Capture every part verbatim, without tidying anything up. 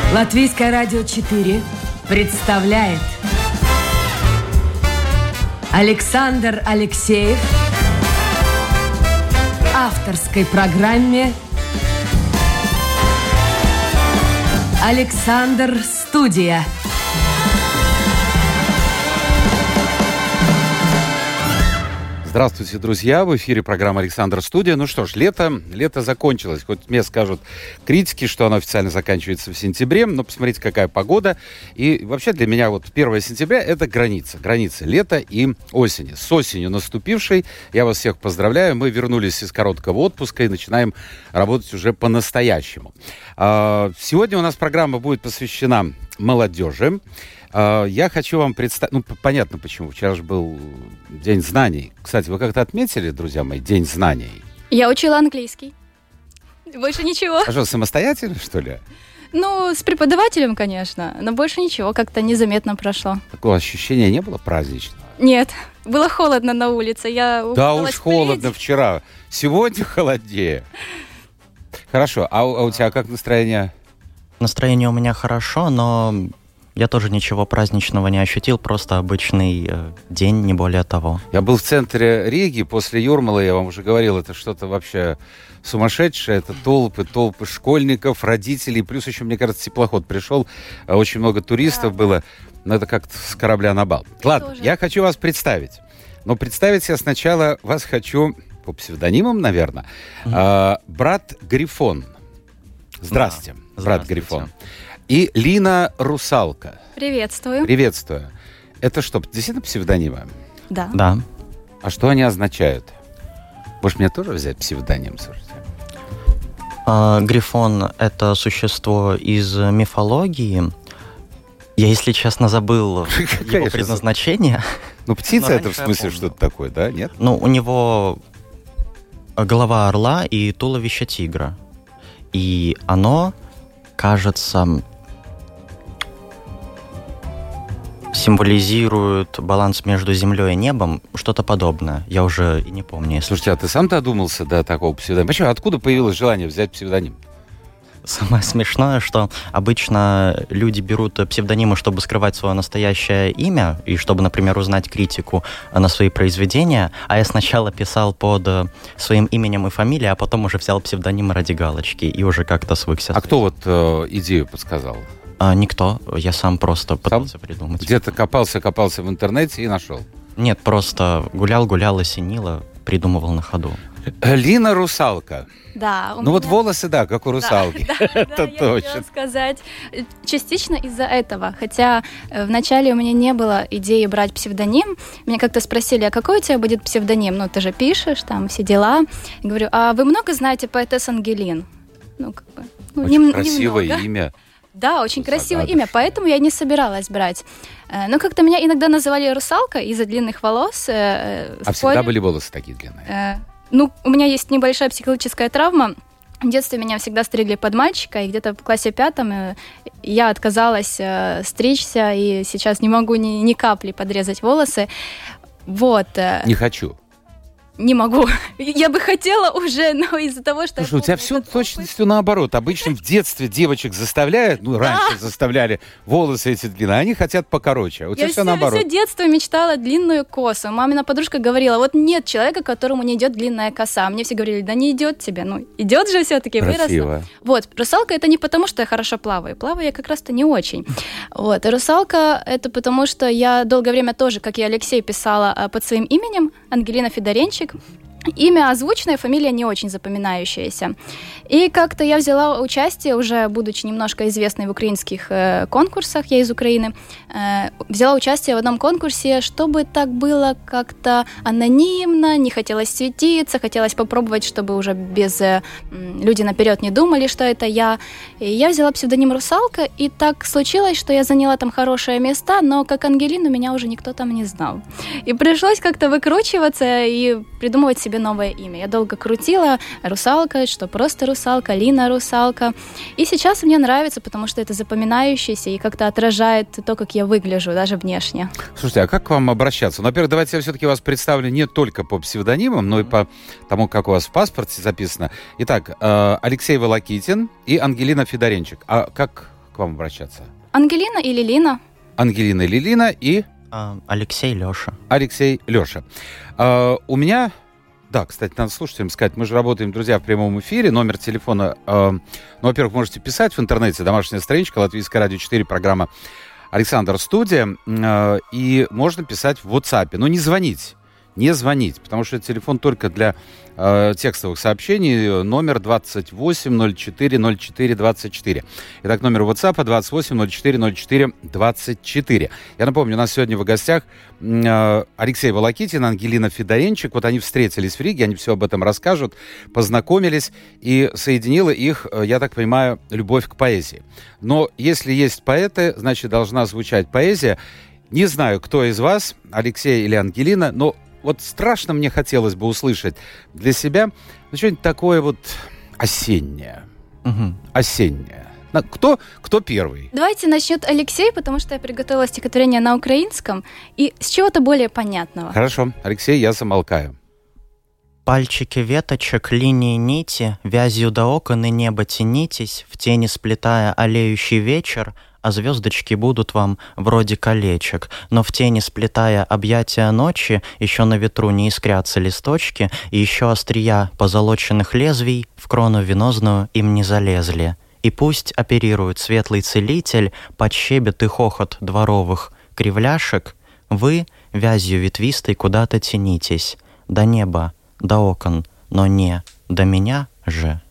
Латвийское радио четыре представляет Александр Алексеев в авторской программе «Александр Студия». Здравствуйте, друзья! В эфире программа «Александр Студия». Ну что ж, лето, лето закончилось. Хоть мне скажут критики, что оно официально заканчивается в сентябре, но посмотрите, какая погода. И вообще для меня вот первое сентября – это граница. Граница лета и осени. С осенью наступившей я вас всех поздравляю. Мы вернулись из короткого отпуска и начинаем работать уже по-настоящему. Сегодня у нас программа будет посвящена молодежи. Я хочу вам представить... Ну, понятно почему. Вчера же был День знаний. Кстати, вы как-то отметили, друзья мои, День знаний? Я учила английский. Больше ничего. А что, самостоятельно, что ли? Ну, с преподавателем, конечно. Но больше ничего, как-то незаметно прошло. Такого ощущения не было праздничного? Нет. Было холодно на улице. Я да уж холодно вчера. Сегодня холоднее. Хорошо. А у, а у тебя как настроение? Настроение у меня хорошо, но... Я тоже ничего праздничного не ощутил, просто обычный э, день, не более того. Я был в центре Риги после Юрмалы, я вам уже говорил, это что-то вообще сумасшедшее, это толпы, толпы школьников, родителей, плюс еще, мне кажется, теплоход пришел, очень много туристов да. было, но это как-то с корабля на бал. Я Ладно, тоже. Я хочу вас представить, но представить я сначала вас хочу по псевдонимам, наверное, mm-hmm. э, брат Грифон. Здравствуйте, да. брат Здравствуйте. Грифон. И Лина Русалка. Приветствую. Приветствую. Это что, действительно псевдонимы? Да. Да. А что они означают? Может, мне тоже взять псевдоним, слушайте? А, Грифон — это существо из мифологии. Я, если честно, забыл его предназначение. Ну, птица — это в смысле что-то такое, да? Нет? Ну, у него голова орла и туловище тигра. И оно, кажется... символизирует баланс между землей и небом, что-то подобное. Я уже и не помню. Если... Слушайте, а ты сам додумался до такого псевдонима? Почему? Откуда появилось желание взять псевдоним? Самое смешное, что обычно люди берут псевдонимы, чтобы скрывать свое настоящее имя, и чтобы, например, узнать критику на свои произведения, а я сначала писал под своим именем и фамилией, а потом уже взял псевдоним ради галочки, и уже как-то свыкся. А кто вот э, идею подсказал? А, никто. Я сам просто пытался сам? придумать. Где-то копался-копался в интернете и нашел? Нет, просто гулял-гулял, осенило, придумывал на ходу. Лина Русалка. Да. Ну меня... вот волосы, да, как у русалки. Да, да, это да, точно. Я хотела сказать, частично из-за этого. Хотя вначале у меня не было идеи брать псевдоним. Меня как-то спросили, а какой у тебя будет псевдоним? Ну, ты же пишешь, там, все дела. Я говорю, а вы много знаете поэтесс Ангелин? Ну, как бы, ну, очень нем- красивое немного. имя. Да, очень красивое имя, поэтому я не собиралась брать. Но как-то меня иногда называли русалка из-за длинных волос. А всегда были волосы такие длинные? Ну, у меня есть небольшая психологическая травма. В детстве меня всегда стригли под мальчика, и где-то в классе пятом я отказалась стричься, и сейчас не могу ни, ни капли подрезать волосы. Вот. Не хочу. Не могу. Я бы хотела уже, но из-за того, что... Слушай, у тебя все точностью наоборот. Обычно в детстве девочек заставляют, ну, раньше да. заставляли волосы эти длинные, они хотят покороче. А у тебя я все все наоборот. Я все детство мечтала длинную косу. Мамина подружка говорила, вот нет человека, которому не идет длинная коса. Мне все говорили, да не идет тебе. Ну, идет же все-таки, выросла. Вот, русалка — это не потому, что я хорошо плаваю. Плаваю я как раз-то не очень. Вот, русалка — это потому, что я долгое время тоже, как и Алексей, писала под своим именем, Ангелина Федоренчик. Имя озвученное, фамилия не очень запоминающаяся. И как-то я взяла участие, уже будучи немножко известной в украинских э, конкурсах, я из Украины, э, взяла участие в одном конкурсе, чтобы так было как-то анонимно, не хотелось светиться, хотелось попробовать, чтобы уже без э, люди наперед не думали, что это я. И я взяла псевдоним Русалка, и так случилось, что я заняла там хорошее место, но как Ангелину меня уже никто там не знал. И пришлось как-то выкручиваться и придумывать себе новое имя. Я долго крутила Русалка, что просто Русалка, Лина Русалка. И сейчас мне нравится, потому что это запоминающееся и как-то отражает то, как я выгляжу, даже внешне. Слушайте, а как к вам обращаться? Ну, во-первых, давайте я все-таки вас представлю не только по псевдонимам, но и по тому, как у вас в паспорте записано. Итак, Алексей Волокитин и Ангелина Федоренчик. А как к вам обращаться? Ангелина или Лина. Ангелина или Лина и... Алексей, Леша. Алексей, Леша. А, у меня... Да, кстати, надо слушателям сказать, мы же работаем, друзья, в прямом эфире. Номер телефона, э, ну, во-первых, можете писать в интернете, домашняя страничка, Латвийское радио четыре, программа «Александр Студия», э, и можно писать в WhatsApp, но не звонить, не звонить, потому что это телефон только для э, текстовых сообщений, номер двадцать восемь ноль четыре ноль четыре двадцать четыре. Итак, номер WhatsApp двадцать восемь ноль четыре ноль четыре двадцать четыре. Я напомню, у нас сегодня в гостях э, Алексей Волокитин, Ангелина Федоренчик. Вот они встретились в Риге, они все об этом расскажут, познакомились, и соединила их, я так понимаю, любовь к поэзии. Но если есть поэты, значит, должна звучать поэзия. Не знаю, кто из вас, Алексей или Ангелина, но вот страшно мне хотелось бы услышать для себя ну, что-нибудь такое вот осеннее. Угу. Осеннее. Кто, кто первый? Давайте начнет Алексей, потому что я приготовила стихотворение на украинском и с чего-то более понятного. Хорошо. Алексей, я замолкаю. Пальчики веточек, линии нити, вязью до окон и неба тянитесь, в тени сплетая аллеющий вечер, а звездочки будут вам вроде колечек, но в тени сплетая объятия ночи, еще на ветру не искрятся листочки, и еще острия позолоченных лезвий в крону венозную им не залезли. И пусть оперирует светлый целитель под щебет и хохот дворовых кривляшек, вы вязью ветвистой куда-то тянитесь, до неба, до окон, но не до меня же.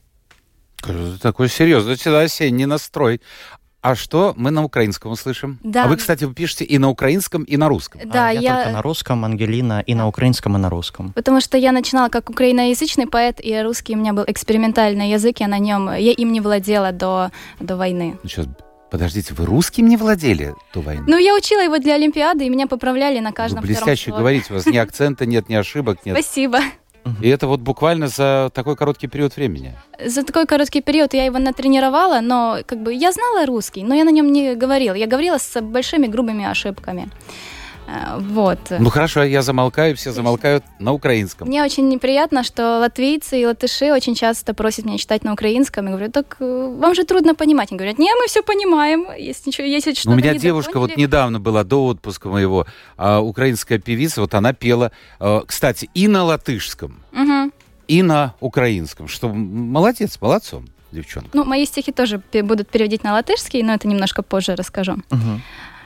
Такой серьезный, всегда осенний настрой. А что мы на украинском услышим? Да. А вы, кстати, вы пишете и на украинском, и на русском. Да, а, я, я только на русском, Ангелина, и на украинском, и на русском. Потому что я начинала как украиноязычный поэт, и русский у меня был экспериментальный язык, я на нем, я им не владела до, до войны. Сейчас, подождите, вы русским не владели до войны? Ну, я учила его для Олимпиады, и меня поправляли на каждом вы блестяще втором слове. говорите, у вас ни акцента нет, ни ошибок нет. Спасибо. И это вот буквально за такой короткий период времени. За такой короткий период я его натренировала, но как бы я знала русский, но я на нем не говорила. Я говорила с большими грубыми ошибками. Вот. Ну хорошо, я замолкаю, все замолкают на украинском. Мне очень неприятно, что латвийцы и латыши очень часто просят меня читать на украинском. Я говорю, так вам же трудно понимать. Они говорят, не, мы все понимаем. Если, ничего, если что-то У меня не девушка допоняли... вот недавно была, до отпуска моего, а, украинская певица, вот она пела, а, кстати, и на латышском, угу. и на украинском. Что молодец, молодцом, девчонка. Ну, мои стихи тоже будут переводить на латышский, но это немножко позже расскажу. Угу.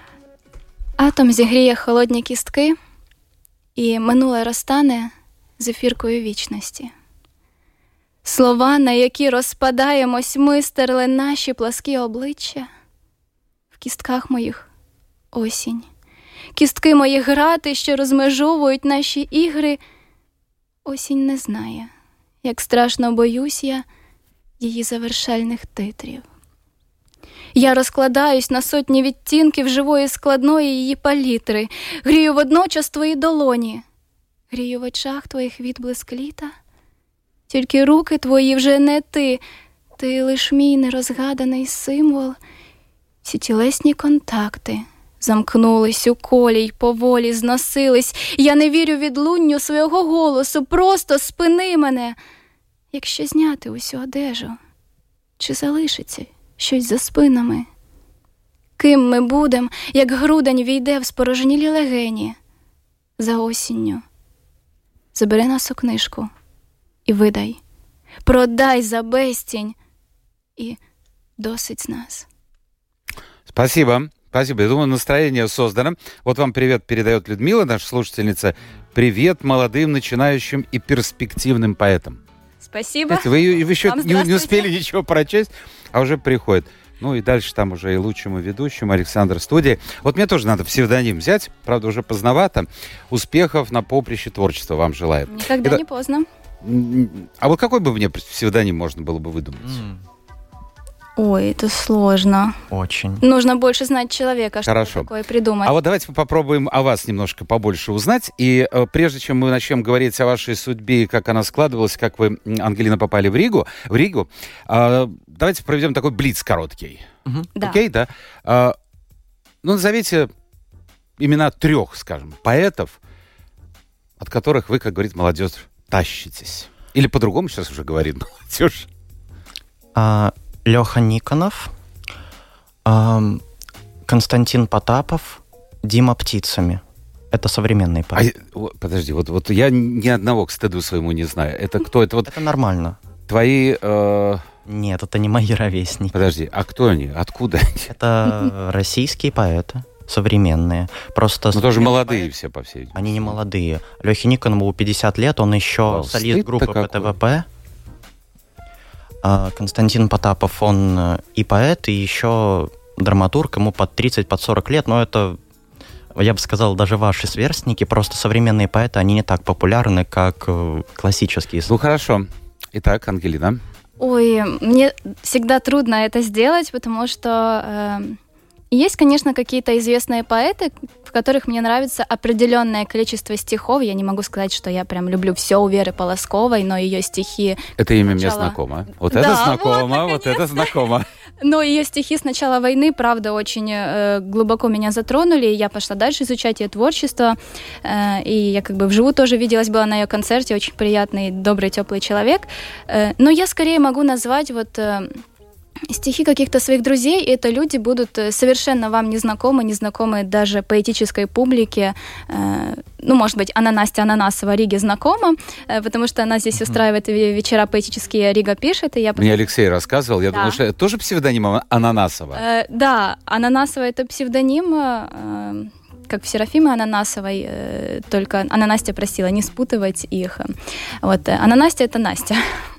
Атом зігріє холодні кістки, і минуле розтане зефіркою вічності. Слова, на які розпадаємось ми, стерли наші пласкі обличчя. В кістках моїх осінь. Кістки моїх грати, що розмежовують наші ігри. Осінь не знає, як страшно боюсь я її завершальних титрів. Я розкладаюсь на сотні відтінків живої складної її палітри, грію водночас твої долоні, грію в очах твоїх відблиск літа. Тільки руки твої вже не ти, ти лиш мій нерозгаданий символ. Всі тілесні контакти замкнулись у колі й поволі зносились. Я не вірю відлунню свого голосу, просто спини мене. Якщо зняти усю одежу, чи залишиться щось за спинами? Ким ми будем, як грудень війде в спорожнілі легені? За осінню забери нас у книжку і видай, продай за безцінь, і досить з нас. Спасибо. Спасибо. Я думаю, настроение создано. Вот вам привет передает Людмила, наша слушательница. Привет молодым, начинающим и перспективным поэтам. Спасибо. Знаете, вы, вы еще не, не успели ничего прочесть, а уже приходит. Ну и дальше там уже и лучшему ведущему Александр Студия. Вот мне тоже надо псевдоним взять, правда, уже поздновато. Успехов на поприще творчества вам желаю. Никогда Это... не поздно. А вот какой бы мне псевдоним можно было бы выдумать? Mm. Ой, это сложно. Очень. Нужно больше знать человека, чтобы Хорошо. такое придумать. А вот давайте попробуем о вас немножко побольше узнать. И э, прежде чем мы начнем говорить о вашей судьбе и как она складывалась, как вы, Ангелина, попали в Ригу, в Ригу э, давайте проведем такой блиц короткий. Угу. Да. Окей, да? Э, ну, назовите имена трех, скажем, поэтов, от которых вы, как говорит молодежь, тащитесь. Или по-другому сейчас уже говорит молодежь. А... Леха Никонов, Um, Константин Потапов, Дима птицами. Это современный поэт. А, подожди, вот, вот я ни одного к стыду своему не знаю. Это кто? Это, вот это нормально. Твои... Э... Нет, это не мои ровесники. Подожди, а кто они? Откуда они? Это российские поэты, современные. Просто ну, тоже молодые поэт... все, по всей видимости. Они не молодые. Лехе Никонову пятьдесят лет, он еще Вау, солист группы ПТВП. А Константин Потапов, он и поэт, и еще драматург, ему под тридцать, под сорок лет, но это... Я бы сказал, даже ваши сверстники, просто современные поэты, они не так популярны, как классические. Ну, хорошо. Итак, Ангелина. Ой, мне всегда трудно это сделать, потому что э, есть, конечно, какие-то известные поэты, в которых мне нравится определенное количество стихов. Я не могу сказать, что я прям люблю все у Веры Полосковой, но ее стихи... Это имя сначала... мне знакомо. Вот да, это знакомо, вот, вот это знакомо. Но ее стихи с начала войны, правда, очень э, глубоко меня затронули, и я пошла дальше изучать ее творчество, э, и я как бы вживую тоже виделась, была на ее концерте, очень приятный, добрый, теплый человек. Э, но я скорее могу назвать вот... Э, стихи каких-то своих друзей, и это люди будут совершенно вам незнакомы, незнакомы даже поэтической публике. Ну, может быть, Анна Настя Ананасова Риге знакома, потому что она здесь устраивает вечера поэтические, Рига пишет. И я... Мне Алексей рассказывал, я да. думала, что это тоже псевдоним Ананасова. Да, Ананасова — это псевдоним, как в Серафимы Ананасовой, только Анна Настя просила не спутывать их. Вот, Анна Настя — это Настя.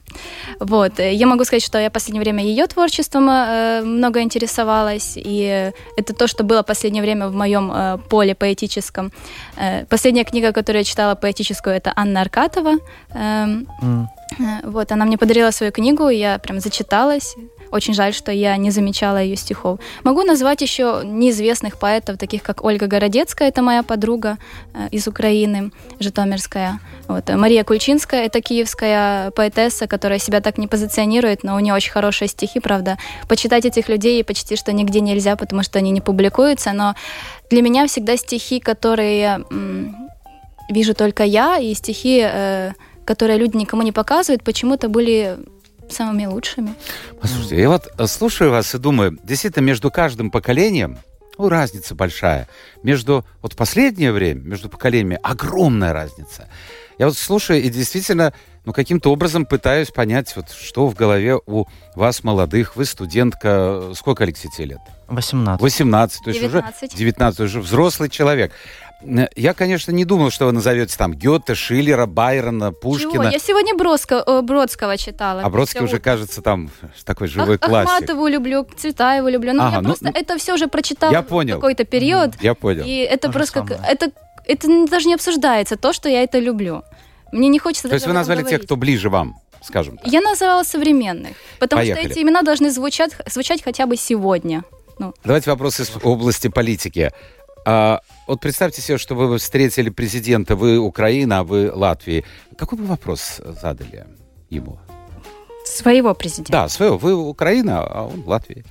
Вот. Я могу сказать, что я в последнее время ее творчеством э, много интересовалась, и это то, что было в последнее время в моем э, поле поэтическом. Э, последняя книга, которую я читала поэтическую, это Анна Аркатова. Э, mm. э, вот, она мне подарила свою книгу, и я прям зачиталась. Очень жаль, что я не замечала ее стихов. Могу назвать еще неизвестных поэтов, таких как Ольга Городецкая, это моя подруга э, из Украины, житомирская. Вот. Мария Кульчинская, это киевская поэтесса, которая себя так не позиционирует, но у нее очень хорошие стихи, правда. Почитать этих людей почти что нигде нельзя, потому что они не публикуются, но для меня всегда стихи, которые м- вижу только я, и стихи, э, которые люди никому не показывают, почему-то были... самыми лучшими. Послушайте, я вот слушаю вас и думаю, действительно, между каждым поколением, ну, разница большая. Между, вот в последнее время, между поколениями огромная разница. Я вот слушаю и действительно, ну, каким-то образом пытаюсь понять, вот, что в голове у вас, молодых. Вы студентка, сколько, Алексей, тебе лет? восемнадцать. восемнадцать, то есть девятнадцать. уже девятнадцать, уже взрослый человек. Я, конечно, не думал, что вы назовете там Гёте, Шиллера, Байрона, Пушкина. Чего? Я сегодня Бродского, Бродского читала. А Бродский уже, утро. кажется, там такой живой а, классик. Ахматову люблю, Цветаеву люблю. Ну, ага, я ну, просто ну, это все уже прочитала я понял. в какой-то период. Я понял. И это то просто как... Это, это даже не обсуждается, то, что я это люблю. Мне не хочется То есть вы назвали говорить. тех, кто ближе вам, скажем так? Я назвала современных, потому Поехали. что эти имена должны звучать, звучать хотя бы сегодня. Ну. Давайте вопрос из области политики. А, вот представьте себе, что вы встретили президента, вы Украина, а вы Латвия. Какой бы вопрос задали ему? Своего президента? Да, своего. Вы Украина, а он Латвия.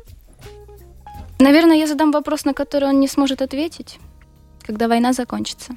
Наверное, я задам вопрос, на который он не сможет ответить, когда война закончится.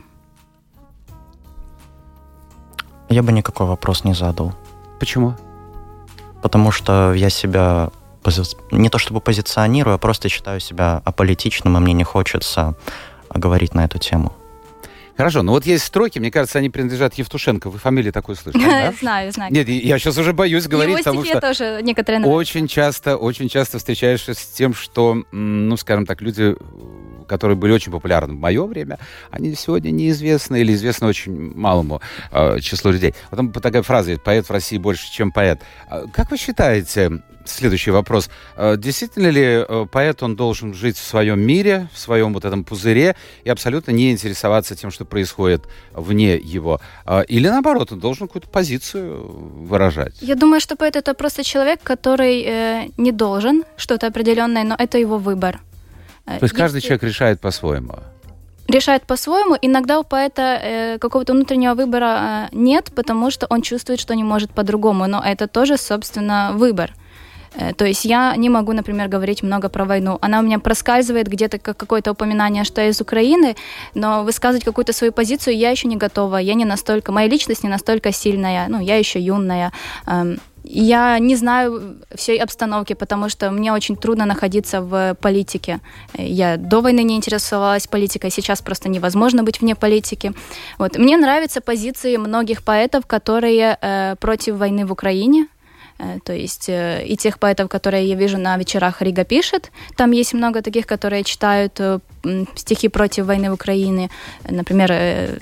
Я бы никакой вопрос не задал. Почему? Потому что я себя пози... не то чтобы позиционирую, а просто считаю себя аполитичным, и мне не хочется говорить на эту тему. Хорошо, но вот есть строки, мне кажется, они принадлежат Евтушенко. Вы фамилию такую слышали, да? Знаю, знаю. Нет, я сейчас уже боюсь говорить, потому что тоже некоторые нравятся. Очень часто, очень часто встречаешься с тем, что, ну, скажем так, люди, которые были очень популярны в мое время, они сегодня неизвестны или известны очень малому э, числу людей. Потом такая фраза: поэт в России больше, чем поэт. Как вы считаете, следующий вопрос, действительно ли поэт, он должен жить в своем мире, в своем вот этом пузыре и абсолютно не интересоваться тем, что происходит вне его? Или наоборот, он должен какую-то позицию выражать? Я думаю, что поэт — это просто человек, который э, не должен что-то определенное, но это его выбор. То есть каждый Если... человек решает по-своему? Решает по-своему. Иногда у поэта э, какого-то внутреннего выбора э, нет, потому что он чувствует, что не может по-другому. Но это тоже, собственно, выбор. Э, то есть я не могу, например, говорить много про войну. Она у меня проскальзывает где-то как какое-то упоминание, что я из Украины, но высказывать какую-то свою позицию я еще не готова. Я не настолько... Моя личность не настолько сильная. Ну, я еще юная. Э, я не знаю всей обстановки, потому что мне очень трудно находиться в политике. Я до войны не интересовалась политикой, сейчас просто невозможно быть вне политики. Вот. Мне нравятся позиции многих поэтов, которые э, против войны в Украине. Э, то есть э, и тех поэтов, которые я вижу на вечерах «Рига пишет». Там есть много таких, которые читают э, стихи против войны в Украине. Например, э,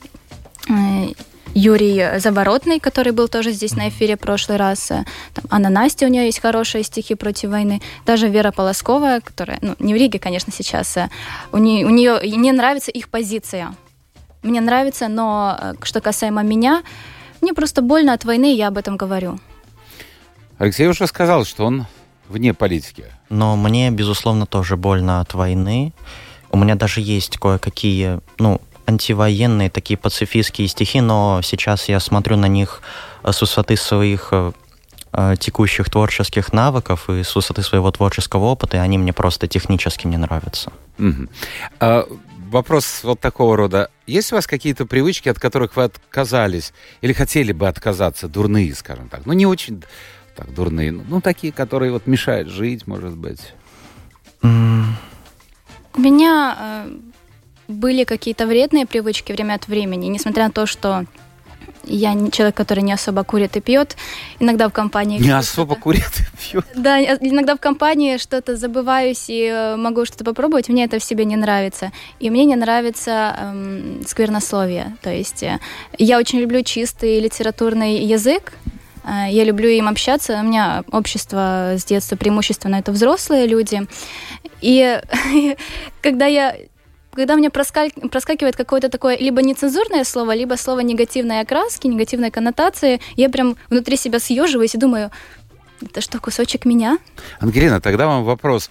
э, Юрий Заворотный, который был тоже здесь на эфире в прошлый раз. Там Анна Настя, у нее есть хорошие стихи против войны. Даже Вера Полосковая, которая, ну, не в Риге, конечно, сейчас, у нее, у нее, мне нравится их позиция. Мне нравится, но что касаемо меня, мне просто больно от войны, я об этом говорю. Алексей уже сказал, что он вне политики. Но мне, безусловно, тоже больно от войны. У меня даже есть кое-какие, ну, антивоенные, такие пацифистские стихи, но сейчас я смотрю на них с высоты своих э, текущих творческих навыков и с высоты своего творческого опыта, и они мне просто технически не нравятся. Угу. А, вопрос вот такого рода. Есть у вас какие-то привычки, от которых вы отказались или хотели бы отказаться, дурные, скажем так? Ну, не очень так дурные, ну, такие, которые вот мешают жить, может быть. Mm. У меня... Э... были какие-то вредные привычки время от времени, несмотря на то, что я не человек, который не особо курит и пьет. Иногда в компании... Не особо курит и пьет? Да, иногда в компании что-то забываюсь и могу что-то попробовать, мне это в себе не нравится. И мне не нравится эм, сквернословие. То есть я очень люблю чистый литературный язык, я люблю им общаться. У меня общество с детства преимущественно это взрослые люди. И когда я... Когда мне проскаль... проскакивает какое-то такое либо нецензурное слово, либо слово негативной окраски, негативной коннотации, я прям внутри себя съеживаюсь и думаю, это что, кусочек меня? Ангелина, тогда вам вопрос.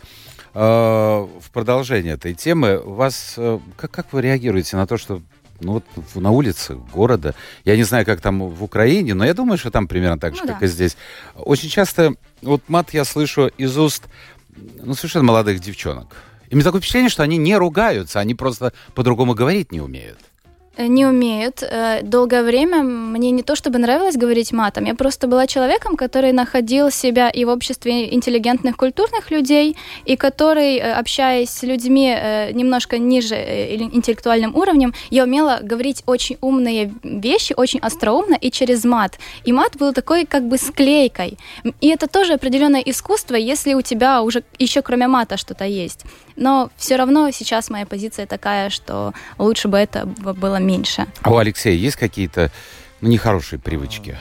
В продолжение этой темы, у вас, как, как вы реагируете на то, что ну, вот на улице города, я не знаю, как там в Украине, но я думаю, что там примерно так же, ну, как да. и здесь, очень часто вот мат я слышу из уст ну, совершенно молодых девчонок. И мне такое впечатление, что они не ругаются, они просто по-другому говорить не умеют. Не умеют. Долгое время мне не то чтобы нравилось говорить матом, я просто была человеком, который находил себя и в обществе интеллигентных, культурных людей, и который, общаясь с людьми немножко ниже интеллектуальным уровнем, я умела говорить очень умные вещи, очень остроумно и через мат. И мат был такой как бы склейкой. И это тоже определенное искусство, если у тебя уже еще кроме мата что-то есть. Но все равно сейчас моя позиция такая, что лучше бы это было меньше. А у Алексея есть какие-то ну, нехорошие привычки?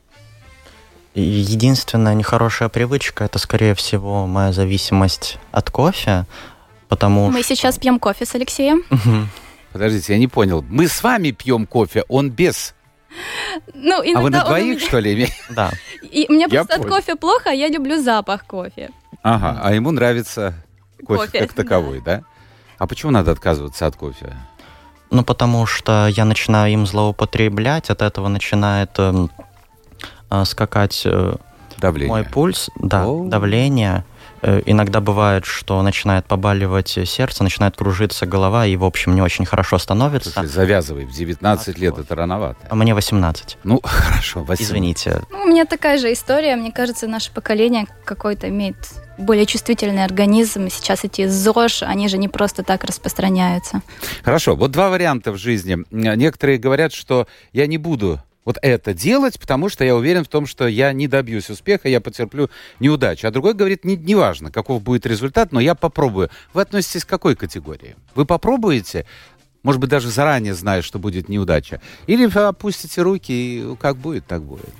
Единственная нехорошая привычка – это, скорее всего, моя зависимость от кофе, потому Мы что... сейчас пьем кофе с Алексеем. Подождите, я не понял. Мы с вами пьем кофе, он без... Ну, а вы на двоих, он... что ли? Да. И мне просто от кофе плохо, а я люблю запах кофе. Ага, а ему нравится... Кофе, кофе как таковой, да. да? А почему надо отказываться от кофе? Ну, потому что я начинаю им злоупотреблять, от этого начинает э, э, скакать э, давление. Мой пульс, да, О. давление. Э, иногда бывает, что начинает побаливать сердце, начинает кружиться голова, и, в общем, не очень хорошо становится. Слушай, завязывай, в девятнадцать лет это рановато. А мне восемнадцать. Ну, хорошо, восемнадцать. Извините. Ну, у меня такая же история, мне кажется, наше поколение какое-то имеет... более чувствительный организм. Сейчас эти ЗОЖ, они же не просто так распространяются. Хорошо, вот два варианта в жизни. Некоторые говорят, что я не буду вот это делать, потому что я уверен в том, что я не добьюсь успеха, я потерплю неудачу. А другой говорит, не, не важно, каков будет результат, но я попробую. Вы относитесь к какой категории? Вы попробуете, может быть, даже заранее зная, что будет неудача? Или вы опустите руки и как будет, так будет?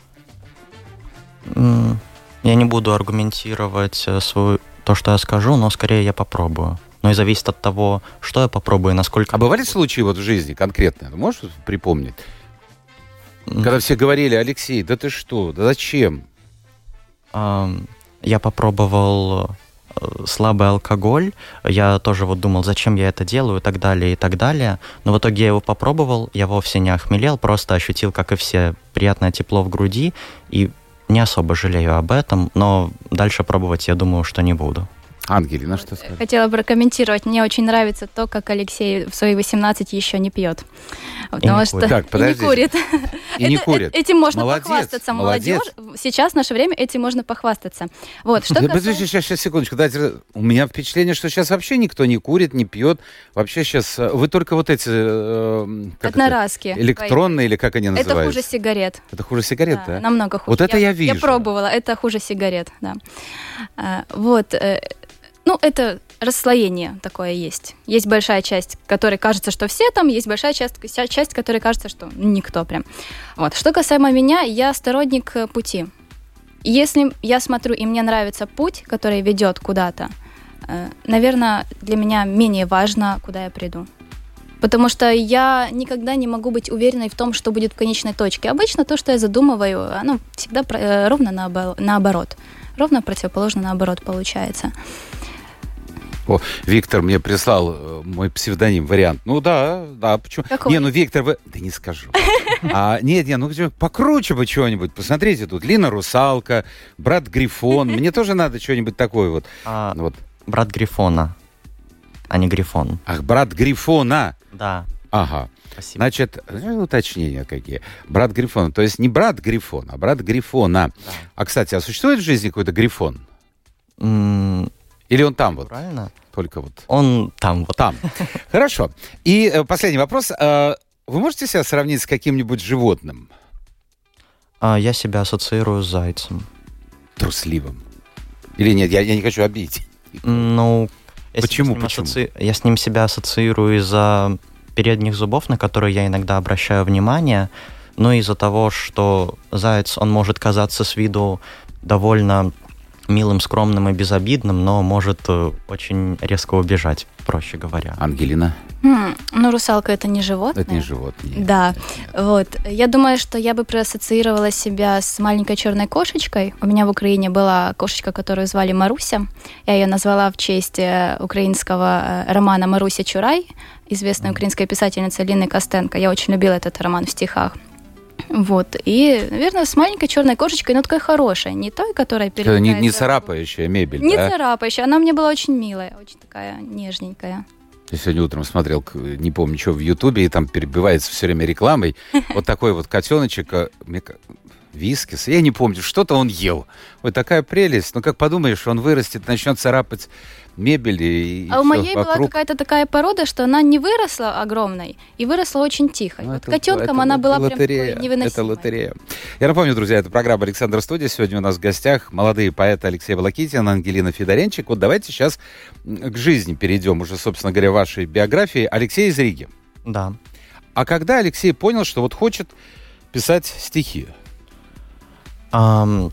Mm. Я не буду аргументировать свою, то, что я скажу, но скорее я попробую. Но и зависит от того, что я попробую, насколько... А бывали случаи вот в жизни конкретно? Ты можешь припомнить? Mm. Когда все говорили, Алексей, да ты что, да зачем? Uh, я попробовал слабый алкоголь. Я тоже вот думал, зачем я это делаю, и так далее, и так далее. Но в итоге я его попробовал, я вовсе не охмелел, просто ощутил, как и все, приятное тепло в груди, и не особо жалею об этом, но дальше пробовать, я думаю, что не буду. Ангелина, что сказать? Хотела бы прокомментировать. Мне очень нравится то, как Алексей в свои восемнадцать еще не пьет. Потому не что курит. Так, и не курит. И не курит. Этим можно молодец, похвастаться. Молодец. Молодежь. Сейчас в наше время этим можно похвастаться. Вот, что Подождите, касается... сейчас, сейчас, секундочку. Дайте... У меня впечатление, что сейчас вообще никто не курит, не пьет. Вообще сейчас... Вы только вот эти... Э, как Одноразки. Это? Электронные, или как они называются? Это хуже сигарет. Это хуже сигарет, да? да? Намного хуже. Вот это я, я вижу. Я пробовала. Это хуже сигарет, да. А, вот... Ну, это расслоение такое есть. Есть большая часть, которой кажется, что все там, есть большая часть, часть, которой кажется, что никто прям. Вот. Что касаемо меня, я сторонник пути. Если я смотрю, и мне нравится путь, который ведет куда-то, наверное, для меня менее важно, куда я приду. Потому что я никогда не могу быть уверенной в том, что будет в конечной точке. Обычно то, что я задумываю, оно всегда ровно наоборот. Ровно противоположно наоборот получается. О, Виктор мне прислал мой псевдоним, вариант. Ну да, да, почему? Какой? Не, ну Виктор, вы... Да не скажу. А, нет, нет, ну покруче бы чего-нибудь. Посмотрите, тут Лина Русалка, брат Грифон. Мне тоже надо что-нибудь такое вот. А, вот. Брат Грифона, а не Грифон. Ах, брат Грифона. Да. Ага. Спасибо. Значит, уточнения какие. Брат Грифона. То есть не брат Грифона, а брат Грифона. Да. А, кстати, а существует в жизни какой-то Грифон? М- Или он там вот? Правильно. Только вот. Он там вот. Там. Хорошо. И э, последний вопрос. Э, вы можете себя сравнить с каким-нибудь животным? А, я себя ассоциирую с зайцем. Трусливым. Или нет, я, я не хочу обидеть. Ну, почему? Я Почему? Асоци... я с ним себя ассоциирую из-за передних зубов, на которые я иногда обращаю внимание, но из-за того, что заяц, он может казаться с виду довольно милым, скромным и безобидным, но может э, очень резко убежать, проще говоря. Ангелина? Хм, ну, русалка — это не животное. Это не животное. Да, Нет, нет. вот. Я думаю, что я бы проассоциировала себя с маленькой черной кошечкой. У меня в Украине была кошечка, которую звали Маруся. Я ее назвала в честь украинского романа «Маруся Чурай», известной украинской писательницы Лины Костенко. Я очень любила этот роман в стихах. Вот. И, наверное, с маленькой черной кошечкой, но такой хорошей, не той, которая перебегает... Не, не царапающая мебель, Не да? царапающая. Она мне была очень милая, очень такая нежненькая. Я сегодня утром смотрел, не помню, что в Ютубе, и там перебивается все время рекламой. Вот такой вот котеночек, вискис, я не помню, что-то он ел. Ой, такая прелесть. Но как подумаешь, он вырастет, начнет царапать мебель и, и А у моей вокруг. была какая-то такая порода, что она не выросла огромной и выросла очень тихо. Ну, Вот это, котенком это, она это была лотерея, прям невыносимой. Это лотерея. Я напомню, друзья, это программа «Александр Студия». Сегодня у нас в гостях молодые поэты Алексей Волокитин, Ангелина Федоренчик. Вот давайте сейчас к жизни перейдем, уже, собственно говоря, вашей биографии. Алексей из Риги. Да. А когда Алексей понял, что вот хочет писать стихи? Um,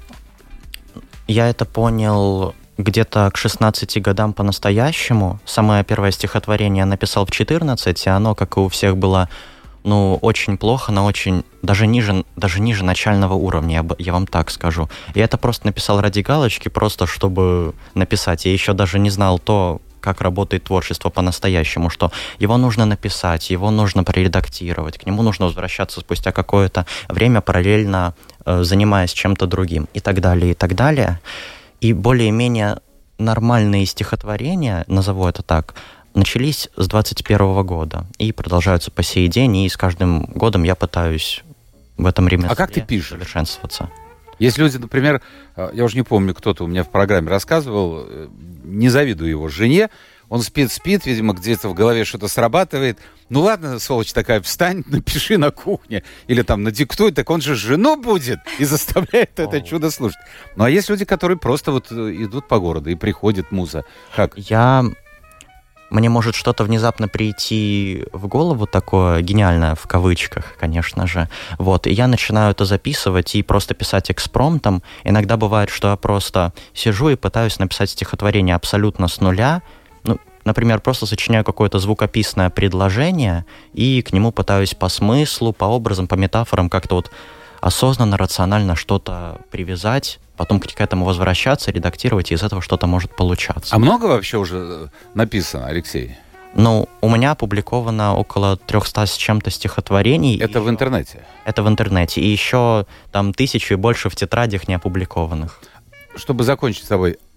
я это понял где-то к шестнадцати годам по-настоящему. Самое первое стихотворение я написал в четырнадцать, и оно, как и у всех, было, ну, очень плохо, но очень, даже ниже, даже ниже начального уровня, я, я вам так скажу. Я это просто написал ради галочки, просто чтобы написать. Я еще даже не знал то, как работает творчество по-настоящему, что его нужно написать, его нужно проредактировать, к нему нужно возвращаться спустя какое-то время, параллельно э, занимаясь чем-то другим, и так далее, и так далее. И более-менее нормальные стихотворения, назову это так, начались с двадцать первого года и продолжаются по сей день, и с каждым годом я пытаюсь в этом ремесле а как ты пишешь? совершенствоваться. Есть люди, например, я уже не помню, кто-то у меня в программе рассказывал, не завидую его жене, он спит-спит, видимо, где-то в голове что-то срабатывает. Ну ладно, сволочь такая, встань, напиши на кухне. Или там надиктуй, так он же жену будет и заставляет это чудо слушать. Ну а есть люди, которые просто вот идут по городу и приходит муза. Как? Я... Мне может что-то внезапно прийти в голову, такое гениальное, в кавычках, конечно же. Вот, и я начинаю это записывать и просто писать экспромтом. Иногда бывает, что я просто сижу и пытаюсь написать стихотворение абсолютно с нуля. Ну, например, просто сочиняю какое-то звукописное предложение и к нему пытаюсь по смыслу, по образам, по метафорам как-то вот осознанно, рационально что-то привязать, потом к этому возвращаться, редактировать, и из этого что-то может получаться. А много вообще уже написано, Алексей? Ну, у меня опубликовано около трехсот с чем-то стихотворений. Это в еще... интернете? Это в интернете. И еще там тысячу и больше в тетрадях не опубликованных. Чтобы закончить с тобой,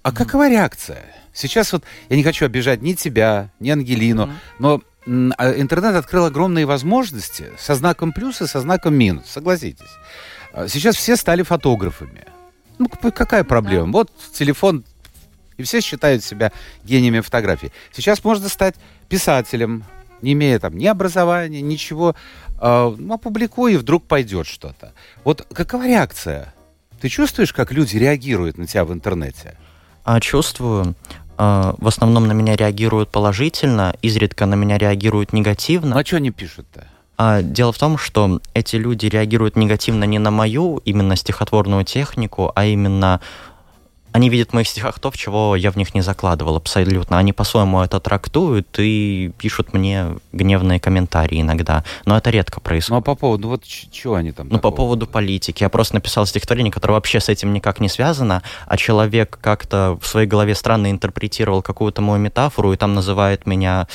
А какова реакция? Сейчас вот я не хочу обижать ни тебя, ни Ангелину, mm-hmm. но м, интернет открыл огромные возможности со знаком плюс и со знаком минус, согласитесь. Сейчас все стали фотографами. Ну, какая проблема? Да. Вот телефон, и все считают себя гениями фотографии. Сейчас можно стать писателем, не имея там ни образования, ничего. Э, ну, опубликуй, и вдруг пойдет что-то. Вот какова реакция? Ты чувствуешь, как люди реагируют на тебя в интернете? А, чувствую. А, в основном на меня реагируют положительно, изредка на меня реагируют негативно. Ну, а что они пишут-то? А, дело в том, что эти люди реагируют негативно не на мою именно стихотворную технику, а именно они видят в моих стихах то, чего я в них не закладывал абсолютно. Они по-своему это трактуют и пишут мне гневные комментарии иногда. Но это редко происходит. Ну, а по поводу, вот чего они там? Ну, по поводу политики. Я просто написал стихотворение, которое вообще с этим никак не связано, а человек как-то в своей голове странно интерпретировал какую-то мою метафору и там называет меня...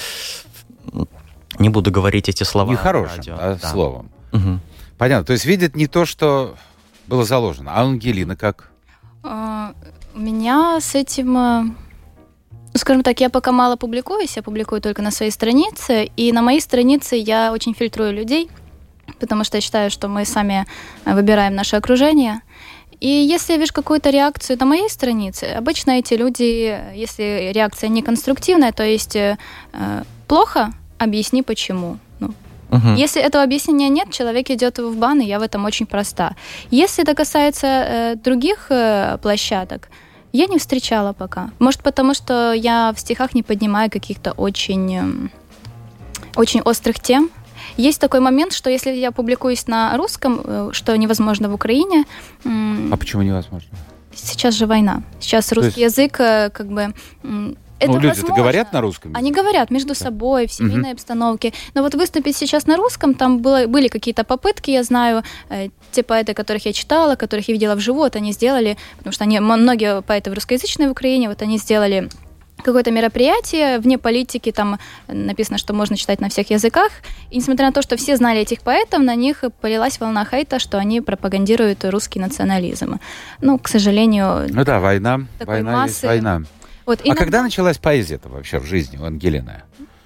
Не буду говорить эти слова. Нехорошим а да. словом. Угу. Понятно. То есть видит не то, что было заложено. А Ангелина как? Uh, у меня с этим... Uh... Скажем так, я пока мало публикуюсь, я публикую только на своей странице, и на моей странице я очень фильтрую людей, потому что я считаю, что мы сами выбираем наше окружение. И если я вижу какую-то реакцию на моей странице, обычно эти люди, если реакция не конструктивная, то есть э, плохо, объясни почему. Ну, Uh-huh. Если этого объяснения нет, человек идет в бан, и я в этом очень проста. Если это касается э, других э, площадок, я не встречала пока. Может, потому что я в стихах не поднимаю каких-то очень, э, очень острых тем. Есть такой момент, что если я публикуюсь на русском, э, что невозможно в Украине... Э, а почему невозможно? Сейчас же война. Сейчас русский есть... язык э, как бы... Э, Это ну, люди-то говорят на русском? Они говорят между да. собой, в семейной uh-huh. обстановке. Но вот выступить сейчас на русском, там было, были какие-то попытки, я знаю, э, те поэты, которых я читала, которых я видела вживую, вот они сделали, потому что они, многие поэты в русскоязычной в Украине, вот они сделали какое-то мероприятие вне политики, там написано, что можно читать на всех языках. И несмотря на то, что все знали этих поэтов, на них полилась волна хейта, что они пропагандируют русский национализм. Ну, к сожалению... Ну да, война, война массы... есть война. Вот, а иногда... когда началась поэзия-то вообще в жизни у Ангелины?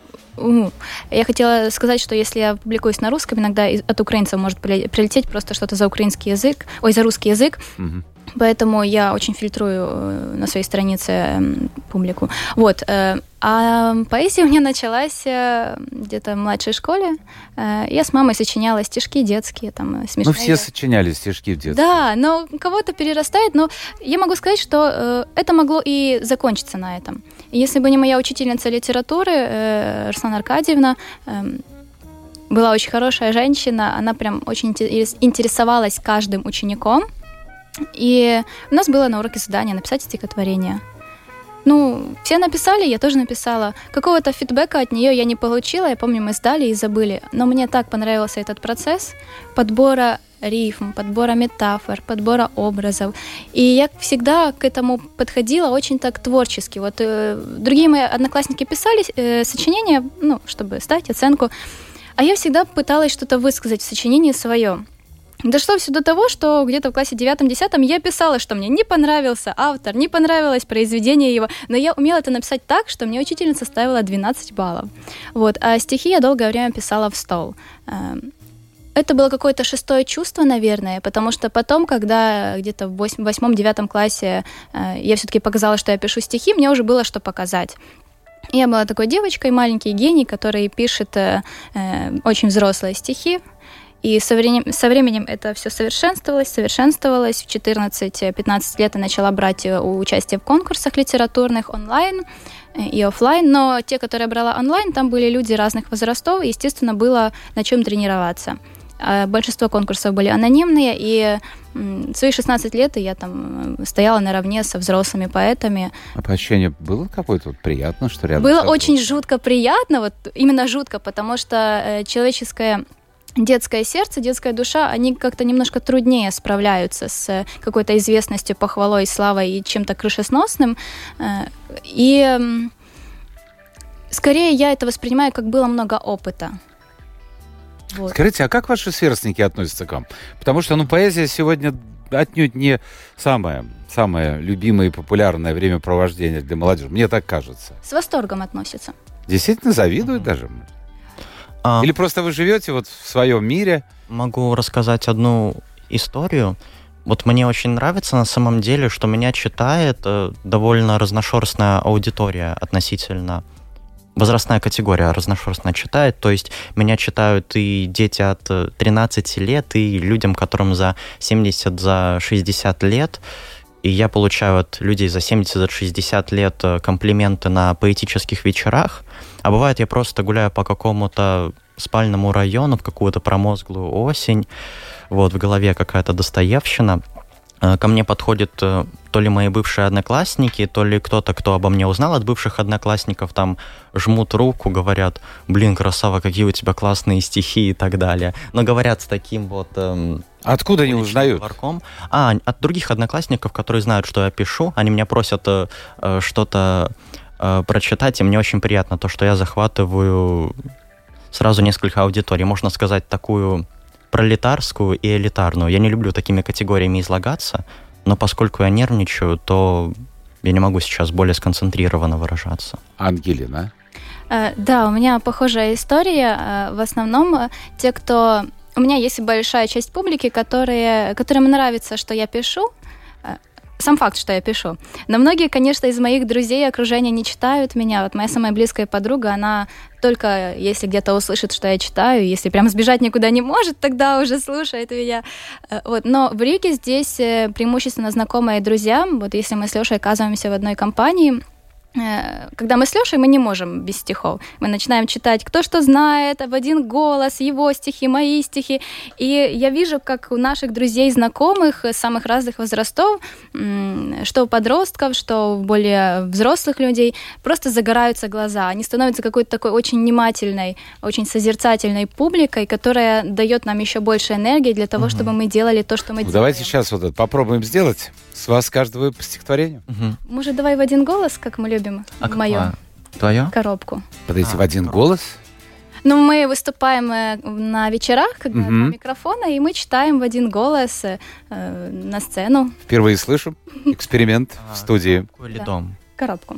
Я хотела сказать, что если я публикуюсь на русском, иногда от украинцев может прилететь просто что-то за украинский язык, ой, за русский язык. Угу. Поэтому я очень фильтрую на своей странице публику. Вот. А поэзия у меня началась где-то в младшей школе. Я с мамой сочиняла стишки детские, там, смешные. Ну, все сочиняли стишки в детстве. Да, но кого-то перерастает. Но я могу сказать, что это могло и закончиться на этом. Если бы не моя учительница литературы, Руслана Аркадьевна, была очень хорошая женщина, она прям очень интересовалась каждым учеником. И у нас было на уроке задание написать стихотворение. Ну, все написали, я тоже написала. Какого-то фидбэка от нее я не получила. Я помню, мы сдали и забыли. Но мне так понравился этот процесс подбора рифм, подбора метафор, подбора образов. И я всегда к этому подходила очень так творчески. Вот э, другие мои одноклассники писали э, сочинения, ну, чтобы ставить оценку. А я всегда пыталась что-то высказать в сочинении своем. Дошло все до того, что где-то в классе девятом-десятом я писала, что мне не понравился автор, не понравилось произведение его, но я умела это написать так, что мне учительница ставила двенадцать баллов. Вот. А стихи я долгое время писала в стол. Это было какое-то шестое чувство, наверное, потому что потом, когда где-то в восьмом-девятом классе я все-таки показала, что я пишу стихи, мне уже было что показать. Я была такой девочкой, маленький гений, который пишет очень взрослые стихи. И со временем, со временем это все совершенствовалось, совершенствовалось. В четырнадцать-пятнадцать лет я начала брать участие в конкурсах литературных онлайн и офлайн. Но те, которые я брала онлайн, там были люди разных возрастов, и, естественно, было на чем тренироваться. Большинство конкурсов были анонимные, и в свои шестнадцать лет я там стояла наравне со взрослыми поэтами. А ощущение было какое-то вот приятно, что рядом? Было очень жутко приятно, вот именно жутко, потому что человеческое... Детское сердце, детская душа, они как-то немножко труднее справляются с какой-то известностью, похвалой, славой и чем-то крышесносным. И скорее я это воспринимаю, как было много опыта. Вот. Скажите, а как ваши сверстники относятся к вам? Потому что, ну, поэзия сегодня отнюдь не самое, самое любимое и популярное времяпровождение для молодежи. Мне так кажется. С восторгом относятся. Действительно завидуют даже? А, Или просто вы живете вот в своем мире? Могу рассказать одну историю. Вот мне очень нравится на самом деле, что меня читает э, довольно разношерстная аудитория относительно. Возрастная категория разношерстно читает, то есть меня читают и дети от тринадцати лет, и людям, которым за семьдесят, за шестьдесят лет, и я получаю от людей за семьдесят, за шестьдесят лет комплименты на поэтических вечерах, а бывает я просто гуляю по какому-то спальному району в какую-то промозглую осень, вот в голове какая-то достоевщина. Ко мне подходят то ли мои бывшие одноклассники, то ли кто-то, кто обо мне узнал от бывших одноклассников, там жмут руку, говорят: блин, красава, какие у тебя классные стихи и так далее. Но говорят с таким вот... Эм, Откуда они узнают? Варком. А, от других одноклассников, которые знают, что я пишу. Они меня просят э, э, что-то э, прочитать, и мне очень приятно то, что я захватываю сразу несколько аудиторий. Можно сказать, такую... пролетарскую и элитарную. Я не люблю такими категориями излагаться, но поскольку я нервничаю, то я не могу сейчас более сконцентрированно выражаться. Ангелина? Э, да, у меня похожая история. Э, в основном э, те, кто... У меня есть большая часть публики, которые, которым нравится, что я пишу, э, сам факт, что я пишу. Но многие, конечно, из моих друзей и окружения не читают меня. Вот моя самая близкая подруга, она только если где-то услышит, что я читаю, если прям сбежать никуда не может, тогда уже слушает меня. Вот. Но в Риге здесь преимущественно знакомые друзья. Вот если мы с Лешей оказываемся в одной компании, когда мы с Лешей, мы не можем без стихов. Мы начинаем читать «Кто что знает», в один голос, его стихи, мои стихи. И я вижу, как у наших друзей, знакомых самых разных возрастов, что у подростков, что у более взрослых людей, просто загораются глаза. Они становятся какой-то такой очень внимательной, очень созерцательной публикой, которая дает нам еще больше энергии для того, угу. чтобы мы делали то, что мы ну, делаем. Давайте сейчас вот это попробуем сделать. С вас каждого по стихотворению. Угу. Может, давай в один голос, как мы любим, а в мою Твое? коробку. Подойти а, в один коробку. голос? Ну, мы выступаем на вечерах, когда угу. два микрофона, и мы читаем в один голос э, на сцену. Впервые слышу. Эксперимент в студии. Да. Коробку.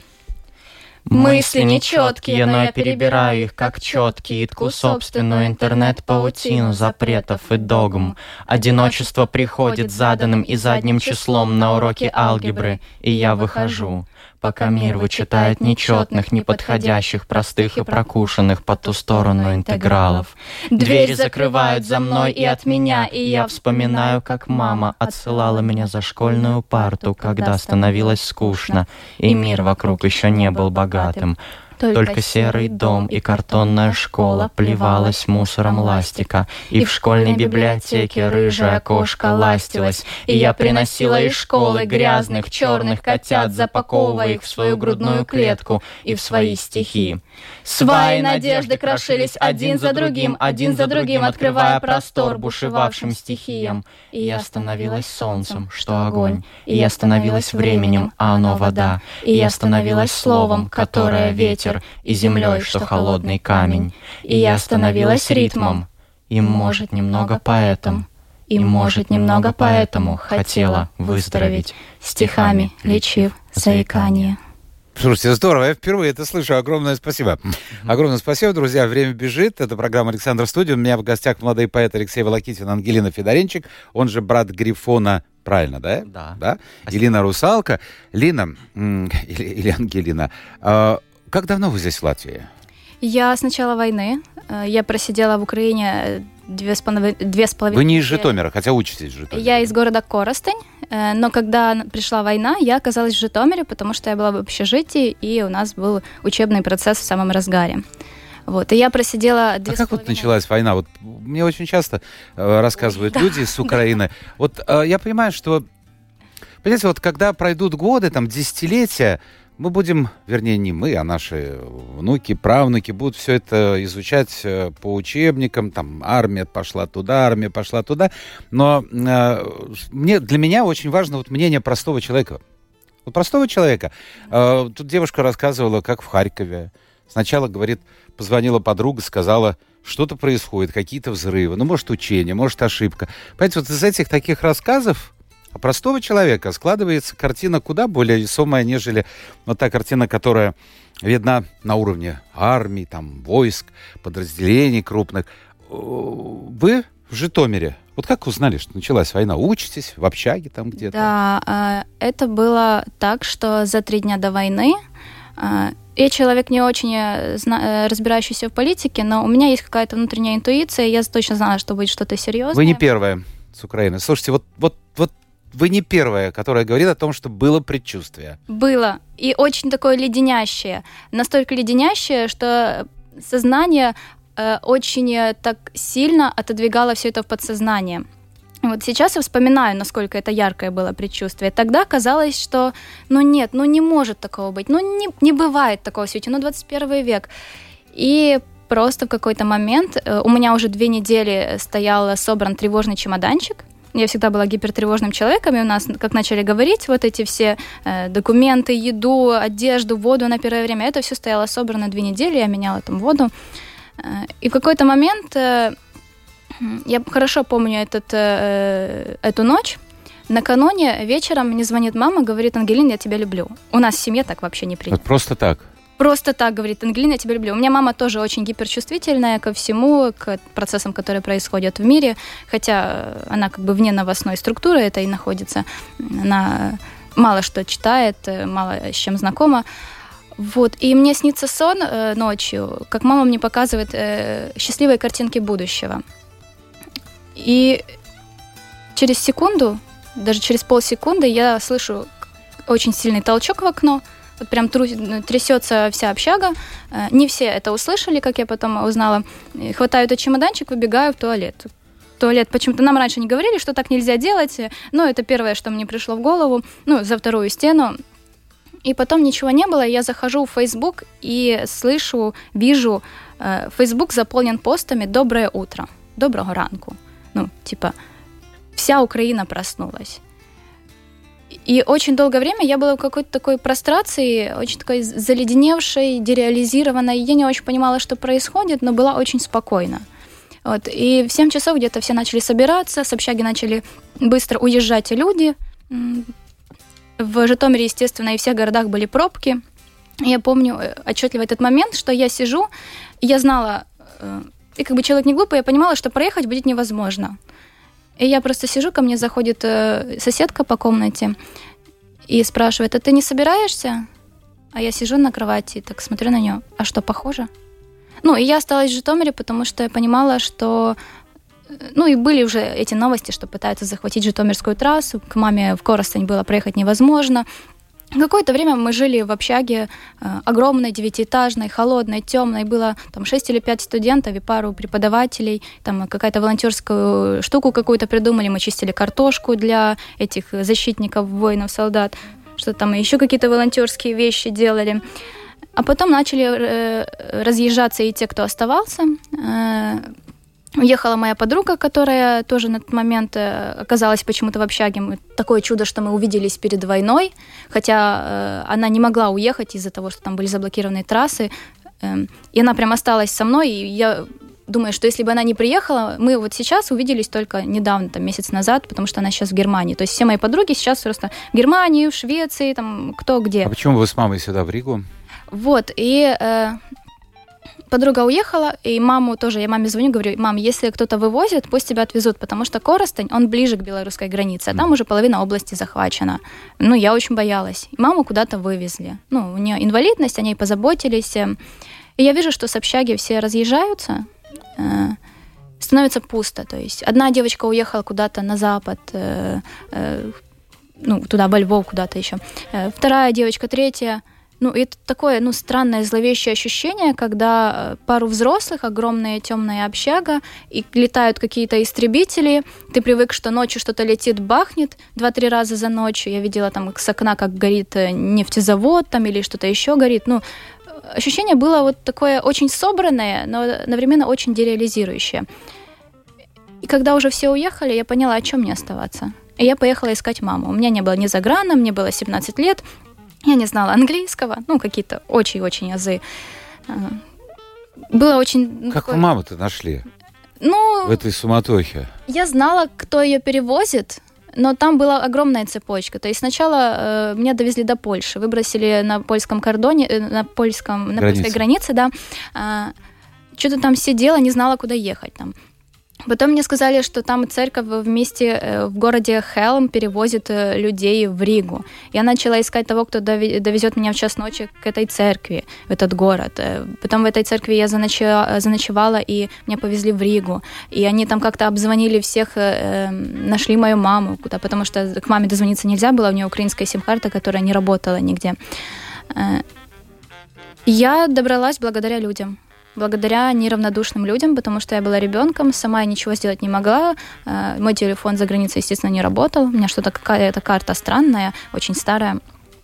Мысли нечеткие, но я перебираю их как четкие, и тку собственную интернет-паутину запретов и догм. Одиночество приходит заданным и задним числом на уроке алгебры, и я выхожу, пока мир вычитает нечетных, неподходящих, простых и прокушенных по ту сторону интегралов. Двери закрывают за мной и от меня, и я вспоминаю, как мама отсылала меня за школьную парту, когда становилось скучно, и мир вокруг еще не был богатым. Только, Только серый дом и картонная школа плевалась мусором ластика, и в школьной библиотеке рыжая кошка ластилась, и я приносила из школы грязных черных котят, запаковывая их в свою грудную клетку и в свои стихи. Сваи надежды крошились один за другим, один за другим, открывая простор бушевавшим стихиям. И я становилась солнцем, что огонь, и я становилась временем, а оно вода, и я становилась словом, которое ветер, и землей, что холодный камень, и я становилась ритмом, и, может, немного поэтом, и, может, немного поэтому хотела выздороветь, стихами лечив заикание. Слушайте, здорово, я впервые это слышу. Огромное спасибо. Огромное спасибо, друзья. Время бежит. Это программа «Александр Студия». У меня в гостях молодой поэт Алексей Волокитин, Ангелина Федоренчик, он же брат Грифона. Правильно, да? Да. да? Лина Русалка. Лина, или, или Ангелина, э, как давно вы здесь в Латвии? Я с начала войны. Я просидела в Украине две с половиной две с половиной. Вы не из Житомира, хотя учитесь в Житомире. Я из города Коростень, но когда пришла война, я оказалась в Житомире, потому что я была в общежитии, и у нас был учебный процесс в самом разгаре. Вот, и я просидела две А как вот началась война? Вот мне очень часто э, рассказывают Ой, люди да, с Украины. Да. Вот э, я понимаю, что, понимаете, вот когда пройдут годы, там, десятилетия, мы будем, вернее, не мы, а наши внуки, правнуки будут все это изучать э, по учебникам, там, армия пошла туда, армия пошла туда. Но э, мне, для меня очень важно вот мнение простого человека. Вот простого человека. Э, тут девушка рассказывала, как в Харькове. Сначала, говорит, позвонила подруга, сказала, что-то происходит, какие-то взрывы, ну, может, учение, может, ошибка. Понимаете, вот из этих таких рассказов а простого человека складывается картина куда более весомая, нежели вот та картина, которая видна на уровне армии, там, войск, подразделений крупных. Вы в Житомире. Вот как узнали, что началась война? Учитесь в общаге там где-то? Да, это было так, что за три дня до войны я человек не очень разбирающийся в политике, но у меня есть какая-то внутренняя интуиция, я точно знала, что будет что-то серьезное. Вы не первая с Украины. Слушайте, вот, вот, вот вы не первая, которая говорит о том, что было предчувствие. Было. И очень такое леденящее. Настолько леденящее, что сознание э, очень так сильно отодвигало все это в подсознание. Вот сейчас я вспоминаю, насколько это яркое было предчувствие. Тогда казалось, что ну нет, ну не может такого быть, ну не, не бывает такого в свете, ну двадцать первый век. И просто в какой-то момент э, у меня уже две недели стоял собран тревожный чемоданчик. Я всегда была гипертревожным человеком, и у нас, как начали говорить, вот эти все э, документы, еду, одежду, воду на первое время, это все стояло собрано две недели, я меняла там воду. Э, и в какой-то момент, э, я хорошо помню этот, э, эту ночь, накануне вечером мне звонит мама, говорит: Ангелина, я тебя люблю. У нас в семье так вообще не принято. Вот просто так? Просто так, говорит: Ангелина, я тебя люблю. У меня мама тоже очень гиперчувствительная ко всему, к процессам, которые происходят в мире, хотя она как бы вне новостной структуры этой находится. Она мало что читает, мало с чем знакома. Вот. И мне снится сон э, ночью, как мама мне показывает э, счастливые картинки будущего. И через секунду, даже через полсекунды я слышу очень сильный толчок в окно. Вот прям трясется вся общага. Не все это услышали, как я потом узнала. Хватаю этот чемоданчик, выбегаю в туалет. Туалет почему-то нам раньше не говорили, что так нельзя делать, но это первое, что мне пришло в голову. Ну, за вторую стену. И потом ничего не было. Я захожу в Facebook и слышу, вижу, Facebook заполнен постами «Доброе утро», «Доброго ранку». Ну, типа, вся Украина проснулась. И очень долгое время я была в какой-то такой прострации, очень такой заледеневшей, дереализированной. Я не очень понимала, что происходит, но была очень спокойна. Вот. И в семь часов где-то все начали собираться, с общаги начали быстро уезжать люди. В Житомире, естественно, и в всех городах были пробки. Я помню отчетливо этот момент, что я сижу, и я знала, и как бы человек не глупый, я понимала, что проехать будет невозможно. И я просто сижу, ко мне заходит э, соседка по комнате и спрашивает: а ты не собираешься? А я сижу на кровати и так смотрю на нее: а что, похоже? Ну, и я осталась в Житомире, потому что я понимала, что... Ну, и были уже эти новости, что пытаются захватить Житомирскую трассу. К маме в Коростень было проехать невозможно. Какое-то время мы жили в общаге э, огромной, девятиэтажной, холодной, темной. Было там шесть или пять студентов и пару преподавателей. Там какая-то волонтерскую штуку какую-то придумали. Мы чистили картошку для этих защитников, воинов, солдат. Что там еще какие-то волонтерские вещи делали. А потом начали э, разъезжаться и те, кто оставался. Э, Уехала моя подруга, которая тоже на тот момент оказалась почему-то в общаге. Такое чудо, что мы увиделись перед войной, хотя э, она не могла уехать из-за того, что там были заблокированы трассы. Э, и она прям осталась со мной, и я думаю, что если бы она не приехала, мы вот сейчас увиделись только недавно, там, месяц назад, потому что она сейчас в Германии. То есть все мои подруги сейчас просто в Германии, в Швеции, там, кто где. А почему вы с мамой сюда, в Ригу? Вот, и... Э, Подруга уехала, и маму тоже, я маме звоню, говорю: мам, если кто-то вывозит, пусть тебя отвезут, потому что Коростень, он ближе к белорусской границе, а там уже половина области захвачена. Ну, я очень боялась. Маму куда-то вывезли. Ну, у нее инвалидность, о ней позаботились. И я вижу, что с общаги все разъезжаются, становится пусто. То есть одна девочка уехала куда-то на запад, ну, туда, во Львов, куда-то еще. Вторая девочка, третья. Ну, это такое, ну, странное, зловещее ощущение, когда пару взрослых, огромная темная общага, и летают какие-то истребители, ты привык, что ночью что-то летит, бахнет два-три раза за ночь. Я видела там с окна, как горит нефтезавод там или что-то еще горит. Ну, ощущение было вот такое очень собранное, но одновременно очень дереализирующее. И когда уже все уехали, я поняла, о чем мне оставаться. И я поехала искать маму. У меня не было ни заграна, мне было семнадцать лет. Я не знала английского, ну, какие-то очень-очень азы. Было очень... Как вы маму-то нашли? Ну... В этой суматохе? Я знала, кто ее перевозит. Но там была огромная цепочка. То есть сначала э, меня довезли до Польши, выбросили на польском кордоне, э, на польском, на польской границе, да. Э, что-то там сидела, не знала, куда ехать там. Потом мне сказали, что там церковь вместе в городе Хелм перевозит людей в Ригу. Я начала искать того, кто довезет меня в час ночи к этой церкви, в этот город. Потом в этой церкви я заночевала, и меня повезли в Ригу. И они там как-то обзвонили всех, нашли мою маму, куда, потому что к маме дозвониться нельзя было, у нее украинская сим-карта, которая не работала нигде. Я добралась благодаря людям. Благодаря неравнодушным людям, потому что я была ребенком, сама я ничего сделать не могла. Мой телефон за границей, естественно, не работал. У меня что-то какая-то карта странная, очень старая.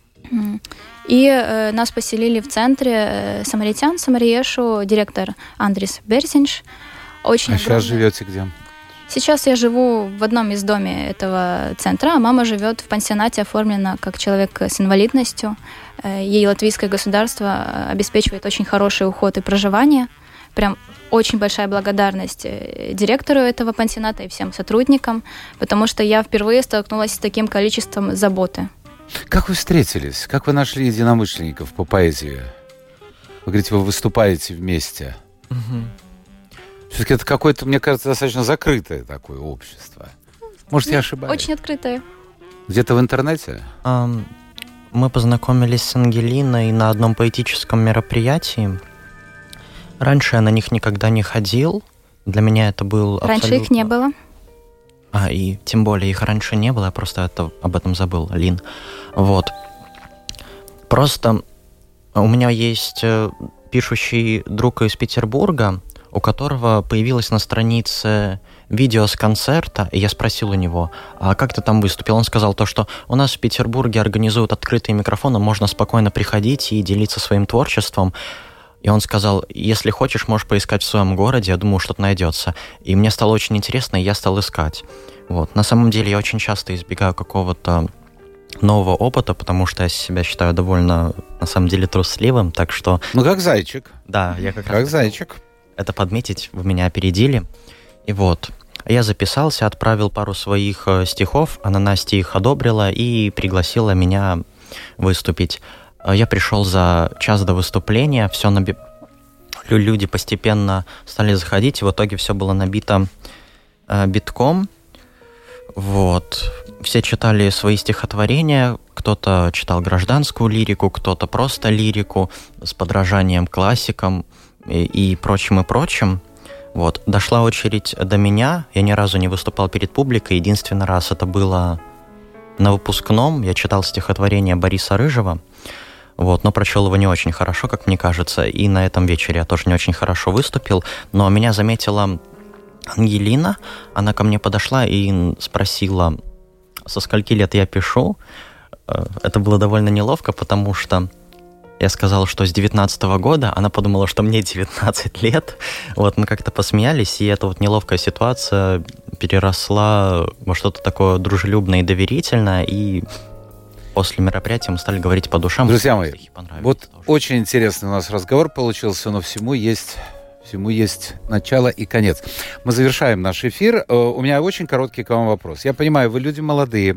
И э, нас поселили в центре самаритян, Самариешу, директор Андрис Берзинш. Очень а огромный. Сейчас живете где? Сейчас я живу в одном из домов этого центра, а мама живет в пансионате, оформлена как человек с инвалидностью. Ей латвийское государство обеспечивает очень хороший уход и проживание. Прям очень большая благодарность директору этого пансионата и всем сотрудникам, потому что я впервые столкнулась с таким количеством заботы. Как вы встретились? Как вы нашли единомышленников по поэзии? Вы говорите, вы выступаете вместе. Угу. Все-таки это какое-то, мне кажется, достаточно закрытое такое общество. Может, Нет, я ошибаюсь? Очень открытое. Где-то в интернете? Um, мы познакомились с Ангелиной на одном поэтическом мероприятии. Раньше я на них никогда не ходил. Для меня это был раньше абсолютно... Раньше их не было. А, и тем более их раньше не было, я просто это, об этом забыл, Лин. Вот. Просто у меня есть пишущий друг из Петербурга, у которого появилось на странице видео с концерта, и я спросил у него, а как ты там выступил? Он сказал то, что у нас в Петербурге организуют открытые микрофоны, можно спокойно приходить и делиться своим творчеством. И он сказал, если хочешь, можешь поискать в своем городе, я думаю, что-то найдется. И мне стало очень интересно, и я стал искать. Вот. На самом деле я очень часто избегаю какого-то нового опыта, потому что я себя считаю довольно, на самом деле, трусливым, так что... Ну, как зайчик. Да, я как, как раз... зайчик. Это подметить, вы меня опередили. И вот, я записался, отправил пару своих стихов, она Настя их одобрила и пригласила меня выступить. Я пришел за час до выступления, все наби... люди постепенно стали заходить, и в итоге все было набито э, битком. Вот. Все читали свои стихотворения, кто-то читал гражданскую лирику, кто-то просто лирику с подражанием классикам и, и прочим, и прочим. Вот. Дошла очередь до меня, я ни разу не выступал перед публикой, единственный раз это было на выпускном, я читал стихотворение Бориса Рыжего, вот, но прочел его не очень хорошо, как мне кажется, и на этом вечере я тоже не очень хорошо выступил, но меня заметила Ангелина, она ко мне подошла и спросила, со скольки лет я пишу. Это было довольно неловко, потому что я сказал, что с девятнадцатого года, она подумала, что мне девятнадцать лет. Вот, мы как-то посмеялись, и эта вот неловкая ситуация переросла во что-то такое дружелюбное и доверительное, и после мероприятия мы стали говорить по душам. Друзья мои, вот тоже. Очень интересный у нас разговор получился, но всему есть... Всему есть начало и конец. Мы завершаем наш эфир. У меня очень короткий к вам вопрос. Я понимаю, вы люди молодые.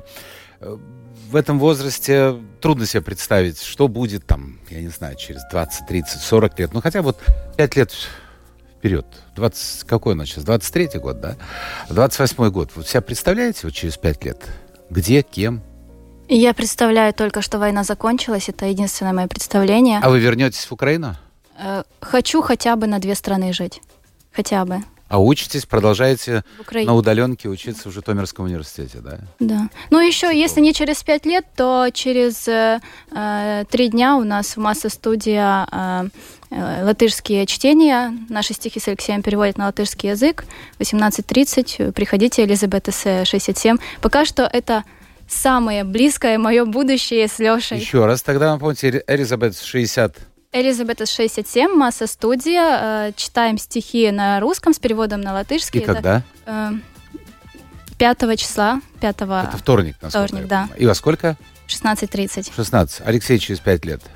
В этом возрасте трудно себе представить, что будет там, я не знаю, через двадцать, тридцать, сорок лет. Ну, хотя вот пять лет вперед. двадцать, какой у нас сейчас? двадцать третий год, да? двадцать восьмой год. Вы себя представляете вот через пять лет? Где, кем? Я представляю только, что война закончилась. Это единственное мое представление. А вы вернетесь в Украину? Хочу хотя бы на две страны жить. Хотя бы. А учитесь, продолжаете на удаленке учиться в Житомирском университете, да? Да. Ну, еще, Что? если не через пять лет, то через э, три дня у нас в масса-студия э, э, латышские чтения. Наши стихи с Алексеем переводят на латышский язык. восемнадцать тридцать. Приходите, Элизабет С. шестьдесят семь. Пока что это самое близкое мое будущее с Лешей. Еще раз тогда напомните, Элизабет шестьдесят... Элизабет шестьдесят семь, масса-студия. Э, читаем стихи на русском с переводом на латышский. И это, когда? Э, пятого числа. пятого Это вторник, насколько Вторник, да. И во сколько? шестнадцать тридцать. шестнадцать. Алексей через пять лет.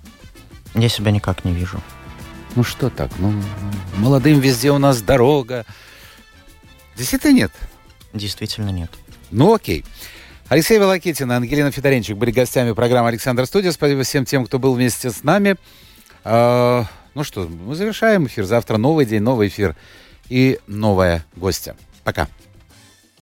Я себя никак не вижу. Ну что так? Ну, молодым везде у нас дорога. Действительно нет. действительно нет. Ну, окей. Алексей Волокитин и Ангелина Федоренчик были гостями программы «Александр Студия». Спасибо всем тем, кто был вместе с нами. А, ну что, мы завершаем эфир. Завтра новый день, новый эфир и новая гостья. Пока.